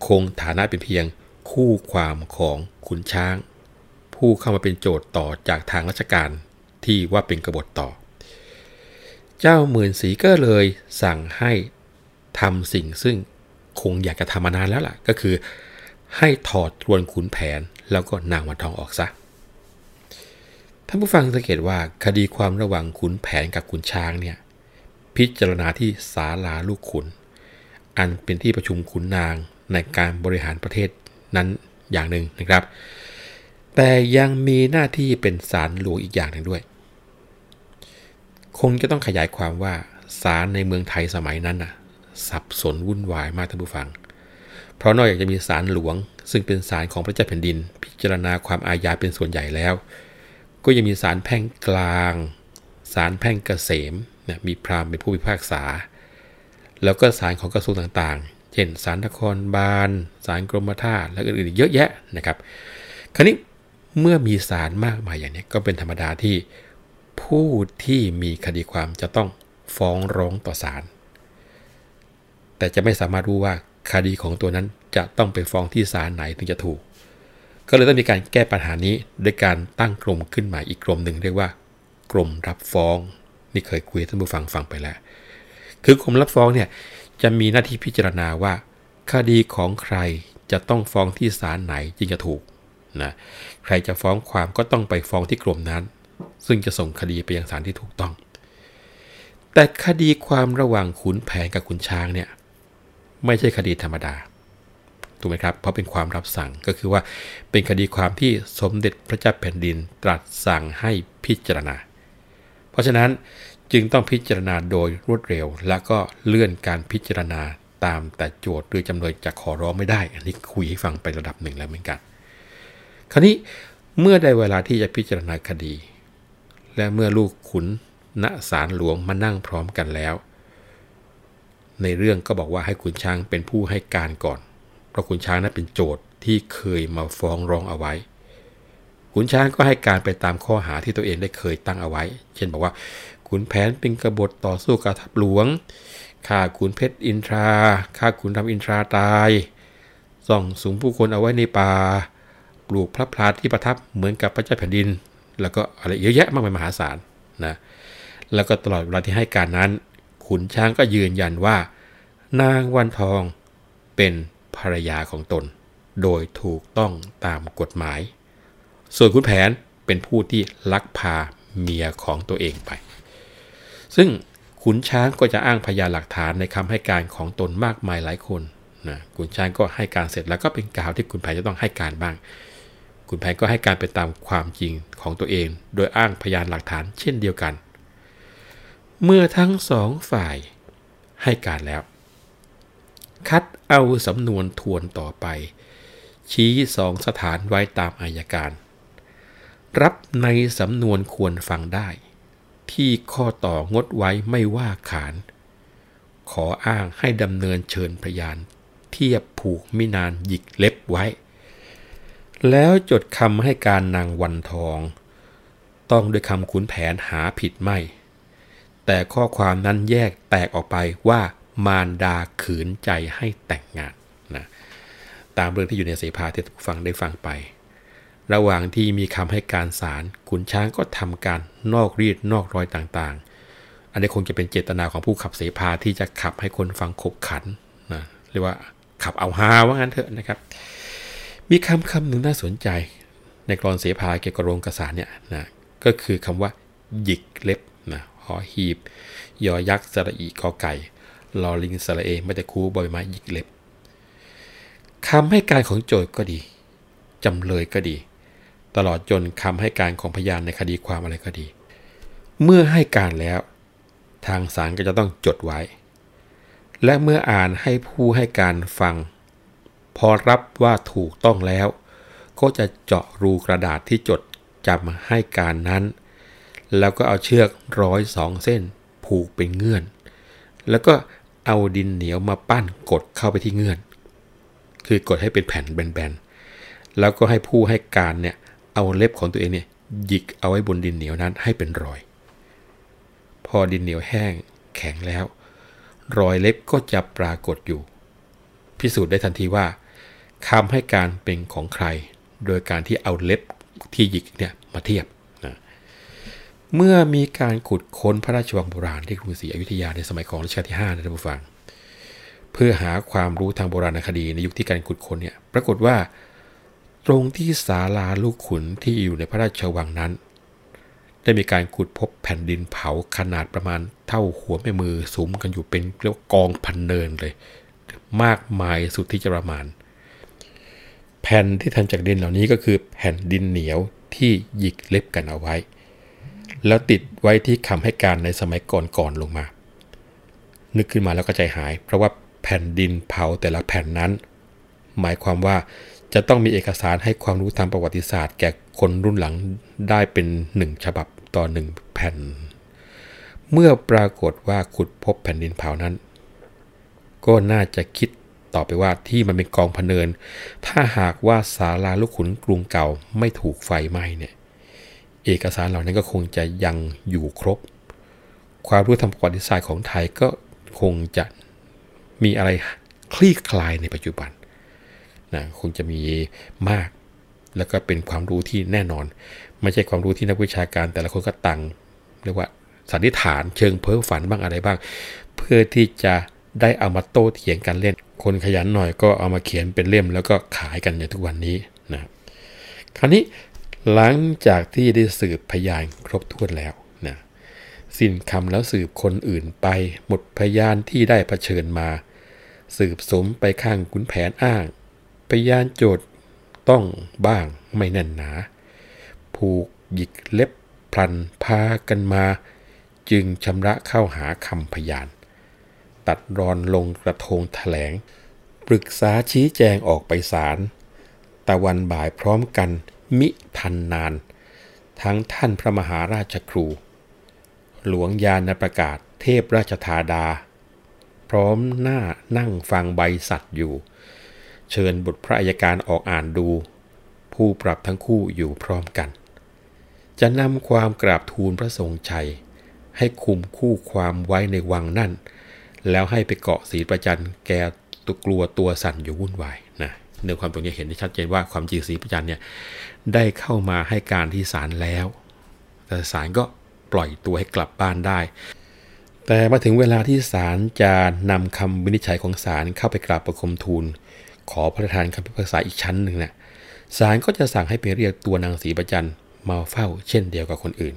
คงฐานะเป็นเพียงคู่ความของขุนช้างผู้เข้ามาเป็นโจทย์ต่อจากทางราชการที่ว่าเป็นกบฏต่อเจ้าหมื่นศรีก็เลยสั่งให้ทำสิ่งซึ่งคงอยากจะทำมานานแล้วล่ะก็คือให้ถอดทวนขุนแผนแล้วก็นางวันทองออกซะท่านผู้ฟังสังเกตว่าคดีความระหว่างขุนแผนกับขุนช้างเนี่ยพิจารณาที่ศาลาลูกขุนอันเป็นที่ประชุมขุนนางในการบริหารประเทศนั้นอย่างหนึ่งนะครับแต่ยังมีหน้าที่เป็นศาลหลวงอีกอย่างหนึ่งด้วยคงจะต้องขยายความว่าศาลในเมืองไทยสมัยนั้นน่ะสับสนวุ่นวายมากท่านผู้ฟังเพราะนอกจากจะมีศาลหลวงซึ่งเป็นศาลของพระเจ้าแผ่นดินพิจารณาความอาญาเป็นส่วนใหญ่แล้วก็ยังมีศาลแพ่งกลางศาลแพ่งเกษมนะมีพราหมณ์เป็นผู้พิพากษาแล้วก็ศาลของกระทรวงต่างๆเช่นศาลนครบาลศาลกรมธาตุและอื่นๆเยอะแยะนะครับคราวนี้เมื่อมีศาลมากมายอย่างนี้ก็เป็นธรรมดาที่ผู้ที่มีคดีความจะต้องฟ้องร้องต่อศาลแต่จะไม่สามารถรู้ว่าคดีของตัวนั้นจะต้องไปฟ้องที่ศาลไหนถึงจะถูกก็เลยต้องมีการแก้ปัญหานี้ด้วยการตั้งกรมขึ้นมาอีกกรมหนึ่งเรียกว่ากรมรับฟ้องนี่เคยคุยให้ท่านผู้ฟังฟังไปแล้วคือกรมรับฟ้องเนี่ยจะมีหน้าที่พิจารณาว่าคดีของใครจะต้องฟ้องที่ศาลไหนจึงจะถูกนะใครจะฟ้องความก็ต้องไปฟ้องที่กรมนั้นซึ่งจะส่งคดีไปยังศาลที่ถูกต้องแต่คดีความระหว่างขุนแผนกับขุนช้างเนี่ยไม่ใช่คดีธรรมดาถูกไหมครับเพราะเป็นความรับสั่งก็คือว่าเป็นคดีความที่สมเด็จพระเจ้าแผ่นดินตรัสสั่งให้พิจารณาเพราะฉะนั้นจึงต้องพิจารณาโดยรวดเร็วและก็เลื่อนการพิจารณาตามแต่โจทย์หรือจำเลยจะขอร้องไม่ได้อันนี้คุยให้ฟังไประดับหนึ่งแล้วเหมือนกันคราวนี้เมื่อได้เวลาที่จะพิจารณาคดีและเมื่อลูกขุนณศาลหลวงมานั่งพร้อมกันแล้วในเรื่องก็บอกว่าให้ขุนช้างเป็นผู้ให้การก่อนเพราะขุนช้างนั้นเป็นโจทย์ที่เคยมาฟ้องร้องเอาไว้ขุนช้างก็ให้การไปตามข้อหาที่ตัวเองได้เคยตั้งเอาไว้เช่นบอกว่าขุนแผนเป็นกบฏต่อสู้กับทัพหลวงฆ่าขุนเพชรอินทราฆ่าขุนรามอินทราตายส่องสุมผู้คนเอาไว้ในป่าปลูกพระพลาที่ประทับเหมือนกับพระเจ้าแผ่นดินแล้วก็อะไรเยอะแยะมากมายมหาศาลนะแล้วก็ตลอดเวลาที่ให้การนั้นขุนช้างก็ยืนยันว่านางวันทองเป็นภรรยาของตนโดยถูกต้องตามกฎหมายส่วนขุนแผนเป็นผู้ที่ลักพาเมียของตัวเองไปซึ่งขุนช้างก็จะอ้างพยานหลักฐานในคำให้การของตนมากมายหลายคนนะขุนช้างก็ให้การเสร็จแล้วก็เป็นกล่าวที่ขุนแผนจะต้องให้การบ้างขุนแผนก็ให้การไปตามความจริงของตัวเองโดยอ้างพยานหลักฐานเช่นเดียวกันเมื่อทั้งสองฝ่ายให้การแล้วคัดเอาสำนวนทวนต่อไปชี้สองสถานไว้ตามอัยการรับในสำนวนควรฟังได้ที่ข้อต่องดไว้ไม่ว่าขานขออ้างให้ดำเนินเชิญพยานเทียบผูกมินานหยิกเล็บไว้แล้วจดคำให้การนางวันทองต้องด้วยคำขุนแผนหาผิดไม่แต่ข้อความนั้นแยกแตกออกไปว่ามารดาขืนใจให้แต่งงานนะตามเรื่องที่อยู่ในเสภาที่ทุกฟังได้ฟังไประหว่างที่มีคำให้การศาลขุนช้างก็ทำการนอกรีดนอกรอยต่างๆอันนี้คงจะเป็นเจตนาของผู้ขับเสภาที่จะขับให้คนฟังขบขันนะเรียกว่าขับเอาฮาว่างั้นเถอะนะครับมีคำคำหนึ่งน่าสนใจในกลอนเสภาเกี่ยวกับโรงกษาเนี่ยนะก็คือคำว่าหยิกเล็บนะหอหีบยอยักษ์สระอีกอไก่ลอลิงสระเอไม่แต่คูบอยไม้หยิกเล็บคำให้การของโจทย์ก็ดีจำเลยก็ดีตลอดจนคำให้การของพยานในคดีความอะไรก็ดีเมื่อให้การแล้วทางศาลก็จะต้องจดไว้และเมื่ออ่านให้ผู้ให้การฟังพอรับว่าถูกต้องแล้วก็จะเจาะรูกระดาษที่จดจำให้การนั้นแล้วก็เอาเชือกร้อยสองเส้นผูกเป็นเงื่อนแล้วก็เอาดินเหนียวมาปั้นกดเข้าไปที่เงื่อนคือกดให้เป็นแผ่นแบนๆแล้วก็ให้ผู้ให้การเนี่ยเอาเล็บของตัวเองเนี่ยหยิกเอาไว้บนดินเหนียวนั้นให้เป็นรอยพอดินเหนียวแห้งแข็งแล้วรอยเล็บก็จะปรากฏอยู่พิสูจน์ได้ทันทีว่าคำให้การเป็นของใครโดยการที่เอาเล็บที่หยิกเนี่ยมาเทียบนะเมื่อมีการขุดค้นพระราชวังโบราณที่กรุงศรีอยุธยาในสมัยของรัชกาลที่ห้านะท่านผู้ฟังเพื่อหาความรู้ทางโบราณคดีในยุคที่การขุดค้นเนี่ยปรากฏว่าตรงที่ศาลาลูกขุนที่อยู่ในพระราชวังนั้นได้มีการขุดพบแผ่นดินเผาขนาดประมาณเท่าหัวแม่มือสุมกันอยู่เป็นเรียกว่ากองพันเนินเลยมากมายสุดที่จะประมาณแผ่นที่ทำจากดินเหล่านี้ก็คือแผ่นดินเหนียวที่หยิกเล็บกันเอาไว้แล้วติดไว้ที่คำให้การในสมัยก่อนๆลงมานึกขึ้นมาแล้วก็ใจหายเพราะว่าแผ่นดินเผาแต่ละแผ่นนั้นหมายความว่าจะต้องมีเอกสารให้ความรู้ทางประวัติศาสตร์แก่คนรุ่นหลังได้เป็นหนึ่งฉบับต่อหนึ่งแผ่นเมื่อปรากฏว่าขุดพบแผ่นดินเผานั้นก็น่าจะคิดต่อไปว่าที่มันเป็นกองพะเนินถ้าหากว่าศาลาลูกขุนกรุงเก่าไม่ถูกไฟไหม้เนี่ยเอกสารเหล่านั้นก็คงจะยังอยู่ครบความรู้ทางประวัติศาสตร์ของไทยก็คงจะมีอะไรคลี่คลายในปัจจุบันนะคงจะมีมากแล้วก็เป็นความรู้ที่แน่นอนไม่ใช่ความรู้ที่นักวิชาการแต่ละคนก็ต่างเรียกว่าสันนิษฐานเชิงเพ้อฝันบ้างอะไรบ้างเพื่อที่จะได้เอามาโต้เถียงกันเล่นคนขยันหน่อยก็เอามาเขียนเป็นเล่มแล้วก็ขายกันอย่างทุกวันนี้นะคราวนี้หลังจากที่ได้สืบพยานครบถ้วนแล้วนะสิ้นคำแล้วสืบคนอื่นไปหมดพยานที่ได้เผชิญมาสืบสมไปข้างขุนแผนอ้างพยานโจทย์ต้องบ้างไม่แน่นหนาผูกหยิกเล็บพลันพากันมาจึงชำระเข้าหาคำพยานตัดรอนลงกระทงแถลงปรึกษาชี้แจงออกไปศาลตะวันบ่ายพร้อมกันมิทันนานทั้งท่านพระมหาราชครูหลวงยานประกาศเทพราชธาดาพร้อมหน้านั่งฟังใบสัตย์อยู่เชิญบุตรพระอัยการออกอ่านดูผู้ปรับทั้งคู่อยู่พร้อมกันจะนำความกราบทูลพระทรงชัยให้คุมคู่ความไว้ในวังนั่นแล้วให้ไปเกาะศรีประจันแกตัวกลัวตัวสั่นอยู่วุ่นวายนะเนื้อความตรงนี้เห็นได้ชัดเจนว่าความจริงศรีประจันเนี่ยได้เข้ามาให้การที่ศาลแล้วแต่ศาลก็ปล่อยตัวให้กลับบ้านได้แต่มาถึงเวลาที่ศาลจะนำคำวินิจฉัยของศาลเข้าไปกราบประคมทูลขอพระราชทานคำพิพากษาอีกชั้นหนึ่งนะศาลก็จะสั่งให้ไปเรียกตัวนางศรีประจันมาเฝ้าเช่นเดียวกับคนอื่น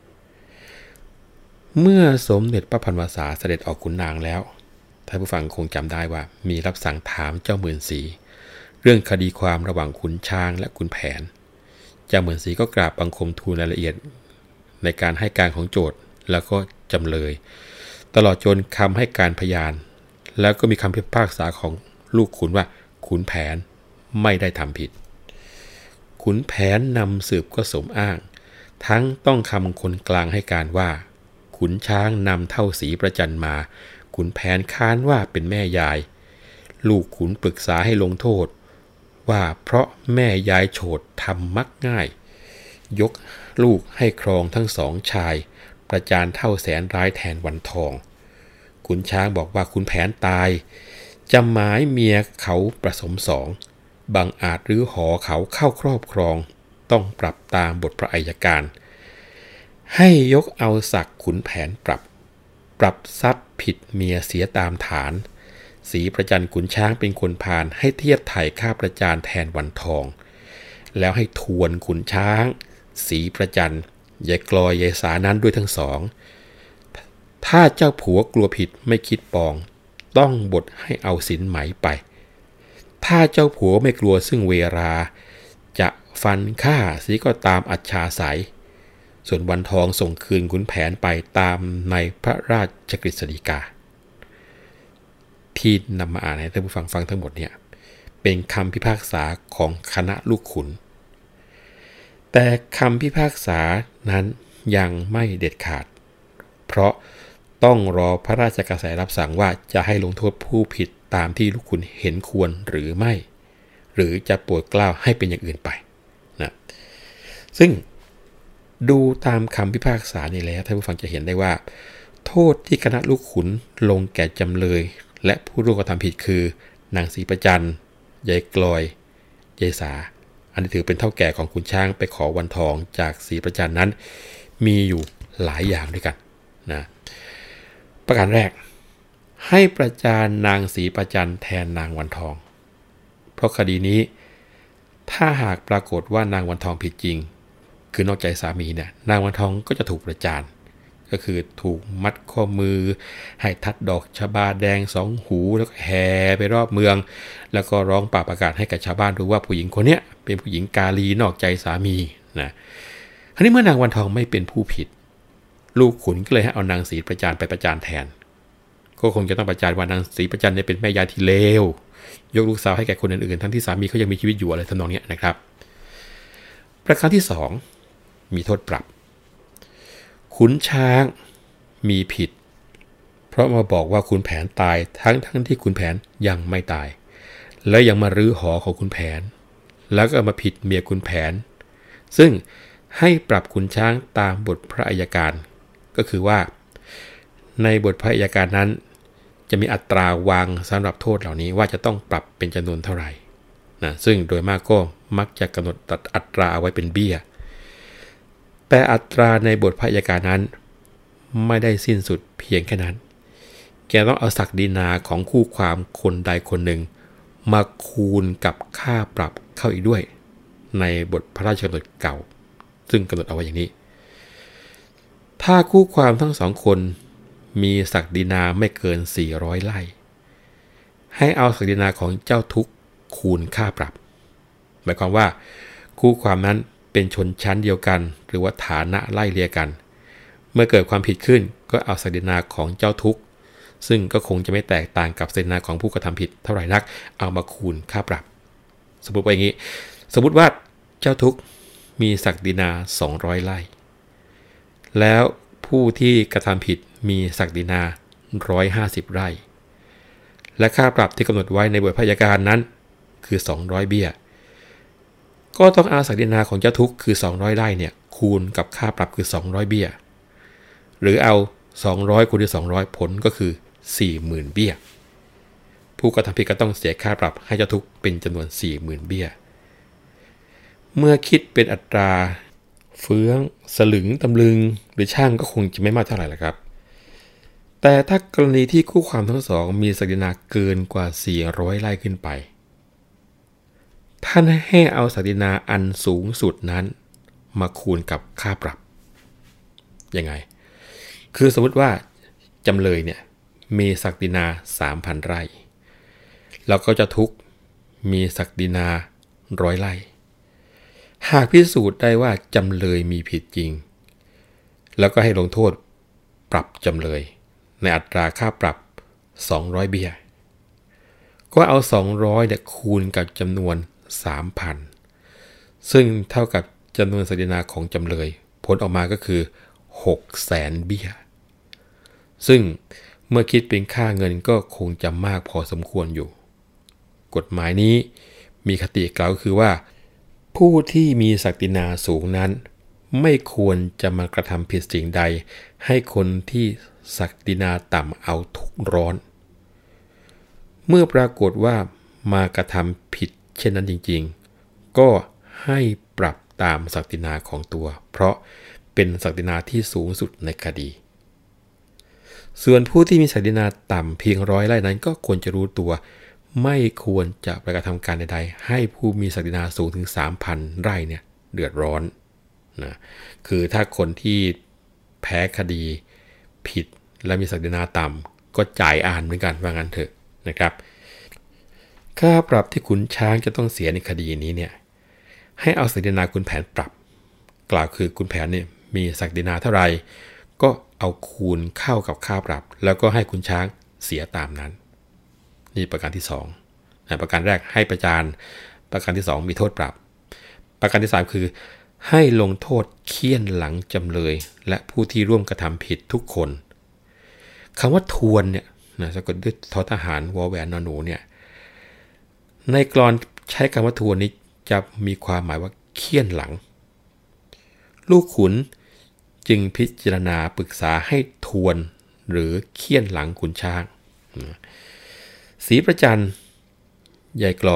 เมื่อสมเด็จพระพันวษาเสด็จออกขุนนางแล้วท่านผู้ฟังคงจำได้ว่ามีรับสั่งถามเจ้าหมื่นศรีเรื่องคดีความระหว่างขุนช้างและขุนแผนเจ้าหมื่นศรีก็กราบบังคมทูลรายละเอียดในการให้การของโจทก์แล้วก็จำเลยตลอดจนคำให้การพยานแล้วก็มีคำพิพากษาของลูกขุนว่าขุนแผนไม่ได้ทำผิดขุนแผนนำสืบก็สมอ้างทั้งต้องคำคนกลางให้การว่าขุนช้างนำเท่าศรีประจันมาขุนแผนค้านว่าเป็นแม่ยายลูกขุนปรึกษาให้ลงโทษว่าเพราะแม่ยายโฉดทำมักง่ายยกลูกให้ครองทั้งสองชายประจานเท่าแสนร้ายแทนวันทองขุนช้างบอกว่าขุนแผนตายจะหมายเมียเขาประสมสองบังอาจรื้อหอเขาเข้าครอบครองต้องปรับตามบทพระอัยการให้ยกเอาศักดิ์ขุนแผนปรับปรับทรัพย์ผิดเมียเสียตามฐานศรีประจันขุนช้างเป็นคนพาลให้เทียบไถ่ค่าประจานแทนวันทองแล้วให้ทวนขุนช้างศรีประจันยายกลอยยายสานั้นด้วยทั้งสองถ้าเจ้าผัวกลัวผิดไม่คิดปองต้องบทให้เอาสินไหมไปถ้าเจ้าผัวไม่กลัวซึ่งเวราจะฟันฆ่าสีก็ตามอัจฉาสัยส่วนวันทองส่งคืนขุนแผนไปตามในพระราชกฤษฎีกาที่นำมาอ่านให้ท่านผู้ฟังฟังทั้งหมดเนี่ยเป็นคำพิพากษาของคณะลูกขุนแต่คำพิพากษานั้นยังไม่เด็ดขาดเพราะต้องรอพระราชกระแสรับสั่งว่าจะให้ลงโทษผู้ผิดตามที่ลูกขุนเห็นควรหรือไม่หรือจะโปรดเกล้าให้เป็นอย่างอื่นไปนะซึ่งดูตามคำพิพากษานี้แล้วท่านผู้ฟังจะเห็นได้ว่าโทษที่คณะลูกขุนลงแก่จำเลยและผู้ร่วมกระทำผิดคือนางศรีประจันยายกลอยยายสาอันนี้ถือเป็นเฒ่าแก่ของขุนช้างไปขอวันทองจากศรีประจันนั้นมีอยู่หลายอย่างด้วยกันนะประการแรกให้ประจานนางศรีประจันแทนนางวันทองเพราะคดีนี้ถ้าหากปรากฏว่านางวันทองผิดจริงคือนอกใจสามีเนี่ยนางวันทองก็จะถูกประจานก็คือถูกมัดข้อมือให้ทัดดอกชบาแดงสองหูแล้วก็แห่ไปรอบเมืองแล้วก็ร้องป่าประกาศให้กับชาวบ้านรู้ว่าผู้หญิงคนนี้เป็นผู้หญิงกาลีนอกใจสามีนะคราวนี้เมื่อนางวันทองไม่เป็นผู้ผิดลูกขุนก็เลยให้เอานางศรีประจันไปประจานแทนก็คงจะต้องประจานว่านางศรีประจันเนี่ยเป็นแม่ยายที่เลวยกลูกสาวให้แก่คนอื่นๆทั้งที่สามีเขายังมีชีวิตอยู่อะไรทำนองนี้นะครับประการที่สองมีโทษปรับขุนช้างมีผิดเพราะมาบอกว่าขุนแผนตายทั้งทั้งที่ขุนแผนยังไม่ตายแล้วยังมารื้อหอของขุนแผนแล้วก็มาผิดเมียขุนแผนซึ่งให้ปรับขุนช้างตามบทพระอัยการก็คือว่าในบทพระอัยการนั้นจะมีอัตราวางสำหรับโทษเหล่านี้ว่าจะต้องปรับเป็นจำนวนเท่าไหร่นะซึ่งโดยมากก็มักจะกำหนดอัตราเอาไว้เป็นเบี้ยแต่อัตราในบทพระอัยการนั้นไม่ได้สิ้นสุดเพียงแค่นั้นแกต้องเอาศักดินาของคู่ความคนใดคนหนึ่งมาคูณกับค่าปรับเข้าอีกด้วยในบทพระราชกำหนดเก่าซึ่งกำหนดเอาไว้อย่างนี้ถ้าคู่ความทั้งสองคนมีศักดินาไม่เกินสี่ร้อยไร่ให้เอาศักดินาของเจ้าทุกข์คูณค่าปรับหมายความว่าคู่ความนั้นเป็นชนชั้นเดียวกันหรือว่าฐานะไล่เลี่ยกันเมื่อเกิดความผิดขึ้นก็เอาศักดินาของเจ้าทุกข์ซึ่งก็คงจะไม่แตกต่างกับศักดินาของผู้กระทำผิดเท่าไหร่นักเอามาคูณค่าปรับสมมติว่าอย่างนี้สมมติว่าเจ้าทุกข์มีศักดินาสองร้อยไร่แล้วผู้ที่กระทำผิดมีศักดินาหนึ่งร้อยห้าสิบไร่และค่าปรับที่กำหนดไว้ในบทพระอัยการนั้นคือสองร้อยเบี้ยก็ต้องเอาศักดินาของเจ้าทุกข์คือสองร้อยไร่เนี่ยคูณกับค่าปรับคือสองร้อยเบี้ยหรือเอาสองร้อยคูณด้วยสองร้อยผลก็คือ สี่หมื่น เบี้ยผู้กระทำผิดก็ต้องเสียค่าปรับให้เจ้าทุกข์เป็นจำนวน สี่หมื่น เบี้ยเมื่อคิดเป็นอัตราเฟื้องสลึงตำลึงหรือช่างก็คงจะไม่มากเท่าไหร่ละครับแต่ถ้ากรณีที่คู่ความทั้งสองมีศักดินาเกินกว่าสี่ร้อยไร่ขึ้นไปท่านให้เอาศักดินาอันสูงสุดนั้นมาคูณกับค่าปรับยังไงคือสมมติว่าจำเลยเนี่ยมีศักดินา สามพัน ไร่แล้วก็เจ้าทุกข์มีศักดินาหนึ่งร้อยไร่หากพิสูจน์ได้ว่าจำเลยมีผิดจริงแล้วก็ให้ลงโทษปรับจำเลยในอัตราค่าปรับสองร้อยเบี้ยก็เอาสองร้อยเนี่ยคูณกับจำนวน สามพัน ซึ่งเท่ากับจำนวนศักดินาของจำเลยผลออกมาก็คือ หกแสน เบี้ยซึ่งเมื่อคิดเป็นค่าเงินก็คงจะมากพอสมควรอยู่กฎหมายนี้มีคติกล่าวคือว่าผู้ที่มีศักดินาสูงนั้นไม่ควรจะมากระทำผิดสิ่งใดให้คนที่ศักดินาต่ำเอาทุกข์ร้อนเมื่อปรากฏว่ามากระทำผิดเช่นนั้นจริงๆก็ให้ปรับตามศักดินาของตัวเพราะเป็นศักดินาที่สูงสุดในคดีส่วนผู้ที่มีศักดินาต่ำเพียงร้อยไร่นั้นก็ควรจะรู้ตัวไม่ควรจะไปกระทำการใดๆให้ผู้มีศักดินาสูงถึง สามพัน ไร่เนี่ยเดือดร้อนนะคือถ้าคนที่แพ้คดีผิดและมีศักดินาต่ำก็จ่ายอ่านเหมือนกันว่างั้นเถอะนะครับค่าปรับที่ขุนช้างจะต้องเสียในคดีนี้เนี่ยให้เอาศักดินาขุนแผนปรับกล่าวคือขุนแผนเนี่ยมีศักดินาเท่าไหร่ก็เอาคูณเข้ากับค่าปรับแล้วก็ให้ขุนช้างเสียตามนั้นนี่ประการที่สองนะประการแรกให้ประจานประการที่สองมีโทษปรับประการที่สามคือให้ลงโทษเฆี่ยนหลังจำเลยและผู้ที่ร่วมกระทำผิดทุกคนคำว่าทวนเนี่ยนะสะกดด้วยทอทหารวอแหวนนอหนูเนี่ยในกลอนใช้คำว่าทวนนี้จะมีความหมายว่าเฆี่ยนหลังลูกขุนจึงพิจารณาปรึกษาให้ทวนหรือเฆี่ยนหลังขุนช้างศรีประจันยายกลอย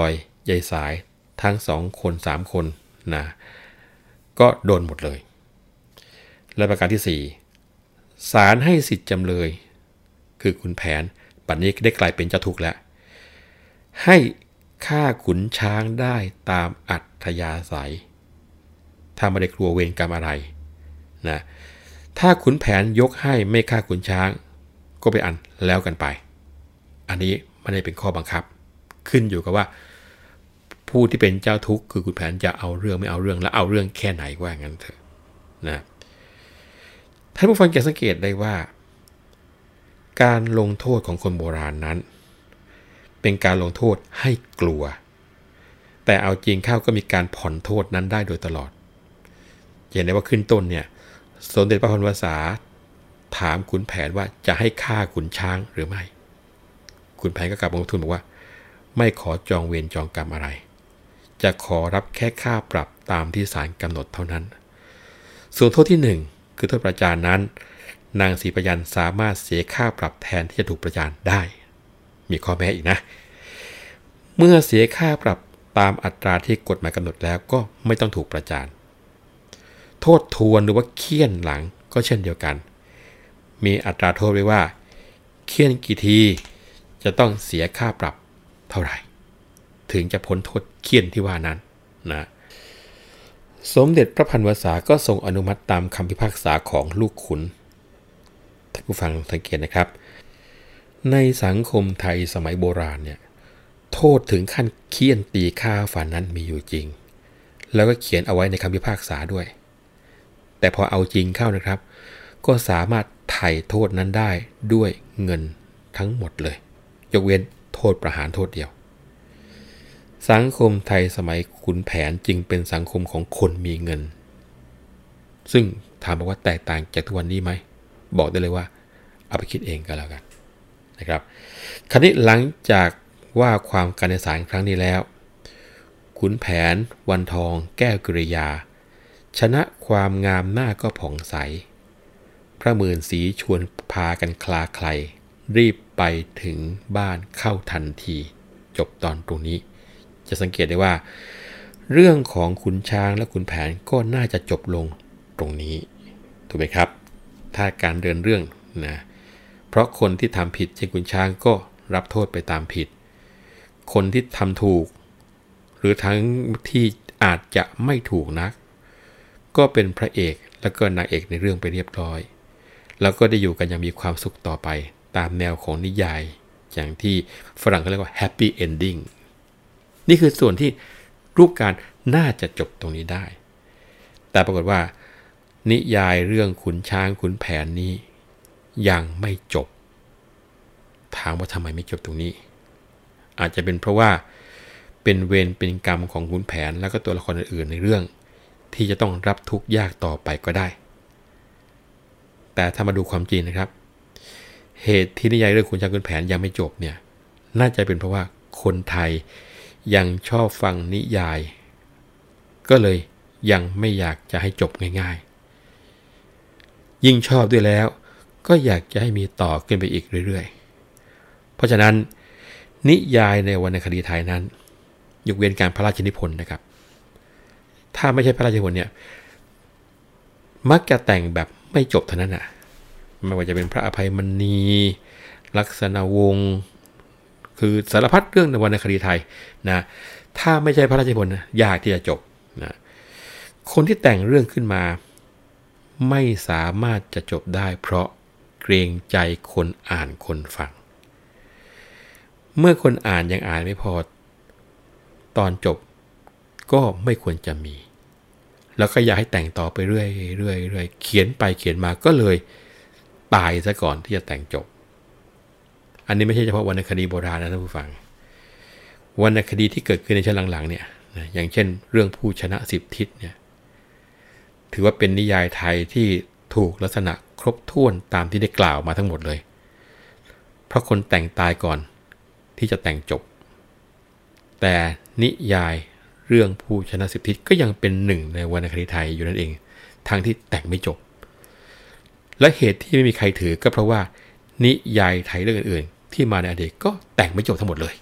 ยายสายทั้งสองคนสามคนนะก็โดนหมดเลยและประการที่สี่ศาลให้สิทธิ์จำเลยคือขุนแผนปัจจุบันนี้ได้กลายเป็นเจ้าทุกข์แล้วให้ฆ่าขุนช้างได้ตามอัธยาศัยถ้าไม่ได้กลัวเวรกรรมอะไรนะถ้าขุนแผนยกให้ไม่ฆ่าขุนช้างก็ไปอันแล้วกันไปอันนี้ไม่ได้เป็นข้อบังคับขึ้นอยู่กับว่าผู้ที่เป็นเจ้าทุกข์คือขุนแผนจะเอาเรื่องไม่เอาเรื่องและเอาเรื่องแค่ไหนว่างั้นเถอะนะท่านผู้ฟังจะสังเกตได้ว่าการลงโทษของคนโบราณนั้นเป็นการลงโทษให้กลัวแต่เอาจริงเข้าก็มีการผ่อนโทษนั้นได้โดยตลอดเห็นได้ว่าขึ้นต้นเนี่ยสมเด็จพระพันวษาถามขุนแผนว่าจะให้ฆ่าขุนช้างหรือไม่ขุนแผนก็กลับมาทูลบอกว่าไม่ขอจองเวรจองกรรมอะไรจะขอรับแค่ค่าปรับตามที่ศาลกำหนดเท่านั้นส่วนโทษที่หนึ่งคือโทษประจานนั้นนางศรีประยันสามารถเสียค่าปรับแทนที่จะถูกประจานได้มีข้อแม้อีกนะเมื่อเสียค่าปรับตามอัตราที่กฎหมายกำหนดแล้วก็ไม่ต้องถูกประจานโทษทวนหรือว่าเคี่ยนหลังก็เช่นเดียวกันมีอัตราโทษไว้ว่าเคี่ยนกี่ทีจะต้องเสียค่าปรับเท่าไหร่ถึงจะพ้นโทษเคี่ยนที่ว่านั้นนะสมเด็จพระพันวษาก็ทรงอนุมัติตามคำพิพากษาของลูกขุนท่านผู้ฟังสังเกตนะครับในสังคมไทยสมัยโบราณเนี่ยโทษถึงขั้นเคี่ยนตีฆ่าฟันนั้นมีอยู่จริงแล้วก็เขียนเอาไว้ในคำพิพากษาด้วยแต่พอเอาจริงเข้านะครับก็สามารถไถ่โทษนั้นได้ด้วยเงินทั้งหมดเลยยกเว้นโทษประหารโทษเดียวสังคมไทยสมัยขุนแผนจึงเป็นสังคมของคนมีเงินซึ่งถามว่าแตกต่างจากทุกวันนี้ไหมบอกได้เลยว่าเอาไปคิดเองก็แล้วกันนะครับคราวนี้หลังจากว่าความการในศาลครั้งนี้แล้วขุนแผนวันทองแก้วกิริยาชนะความงามหน้าก็ผ่องใสพระหมื่นสีชวนพากันคลาใครรีบไปถึงบ้านเข้าทันทีจบตอนตรงนี้จะสังเกตได้ว่าเรื่องของขุนช้างและขุนแผนก็น่าจะจบลงตรงนี้ถูกไหมครับถ้าการเดินเรื่องนะเพราะคนที่ทำผิดเช่นขุนช้างก็รับโทษไปตามผิดคนที่ทำถูกหรือทั้งที่อาจจะไม่ถูกนักก็เป็นพระเอกและก็นางเอกในเรื่องไปเรียบร้อยแล้วก็ได้อยู่กันอย่างมีความสุขต่อไปตามแนวของนิยายอย่างที่ฝรั่งเขาเรียกว่า happy ending นี่คือส่วนที่รูปการน่าจะจบตรงนี้ได้แต่ปรากฏว่านิยายเรื่องขุนช้างขุนแผนนี้ยังไม่จบถามว่าทำไมไม่จบตรงนี้อาจจะเป็นเพราะว่าเป็นเวรเป็นกรรมของขุนแผนแล้วก็ตัวละครอื่นๆในเรื่องที่จะต้องรับทุกข์ยากต่อไปก็ได้แต่ถ้ามาดูความจริงนะครับเหตุที่นิยายเรื่องขุนช้างขุนแผนยังไม่จบเนี่ยน่าจะเป็นเพราะว่าคนไทยยังชอบฟังนิยายก็เลยยังไม่อยากจะให้จบง่ายๆยิ่งชอบด้วยแล้วก็อยากจะให้มีต่อขึ้นไปอีกเรื่อยๆเพราะฉะนั้นนิยายในวรรณคดีไทยนั้นยกเว้นการพระราชนิพนธ์นะครับถ้าไม่ใช่พระราชนิพนธ์เนี่ยมักจะแต่งแบบไม่จบเท่านั้นน่ะไม่ว่าจะเป็นพระอภัยมณีลักษณะวงศ์คือสารพัดเรื่องในวรรณคดีไทยนะถ้าไม่ใช่พระราชนิพนธ์นะยากที่จะจบนะคนที่แต่งเรื่องขึ้นมาไม่สามารถจะจบได้เพราะเกรงใจคนอ่านคนฟังเมื่อคนอ่านยังอ่านไม่พอตอนจบก็ไม่ควรจะมีแล้วก็อยากให้แต่งต่อไปเรื่อยๆเรื่อยๆเขียนไปเขียนมาก็เลยตายซะก่อนที่จะแต่งจบอันนี้ไม่ใช่เฉพาะวรรณคดีโบราณนะท่านผู้ฟังวรรณคดีที่เกิดขึ้นในช่วงหลังๆเนี่ยนะอย่างเช่นเรื่องผู้ชนะสิบทิศเนี่ยถือว่าเป็นนิยายไทยที่ถูกลักษณะครบถ้วนตามที่ได้กล่าวมาทั้งหมดเลยเพราะคนแต่งตายก่อนที่จะแต่งจบแต่นิยายเรื่องผู้ชนะสิบทิศก็ยังเป็นหนึ่งในวรรณคดีไทยอยู่นั่นเองทั้งที่แต่งไม่จบและเหตุที่ไม่มีใครถือก็เพราะว่านิยายไทยเรื่องอื่นๆที่มาในอดีตก็แต่งไม่จบทั้งหมดเลย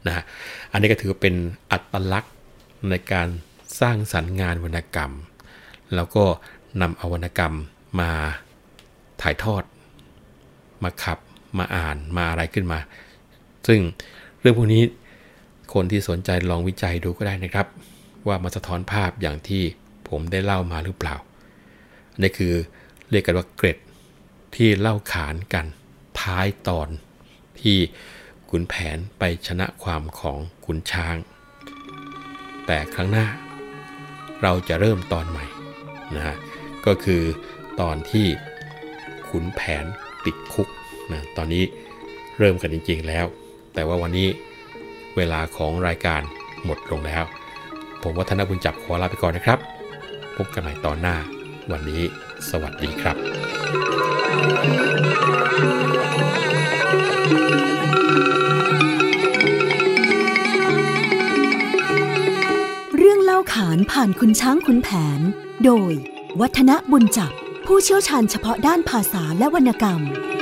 นะฮะอันนี้ก็ถือเป็นอัตลักษณ์ในการสร้างสรรค์งานวรรณกรรมแล้วก็นำเอาวรรณกรรมมาถ่ายทอดมาขับมาอ่านมาอะไรขึ้นมาซึ่งเรื่องพวกนี้คนที่สนใจลองวิจัยดูก็ได้นะครับว่ามันสะท้อนภาพอย่างที่ผมได้เล่ามาหรือเปล่านี่คือเรียกกันว่าเกร็ดที่เล่าขานกันท้ายตอนที่ขุนแผนไปชนะความของขุนช้างแต่ครั้งหน้าเราจะเริ่มตอนใหม่นะฮะก็คือตอนที่ขุนแผนติดคุกนะตอนนี้เริ่มกันจริงๆแล้วแต่ว่าวันนี้เวลาของรายการหมดลงแล้วผมวัฒนบุญจับขอลาไปก่อนนะครับพบกันใหม่ตอนหน้าวันนี้สวัสดีครับเรื่องเล่าขานผ่านคุณช้างขุนแผนโดยวัฒนบุญจับผู้เชี่ยวชาญเฉพาะด้านภาษาและวรรณกรรม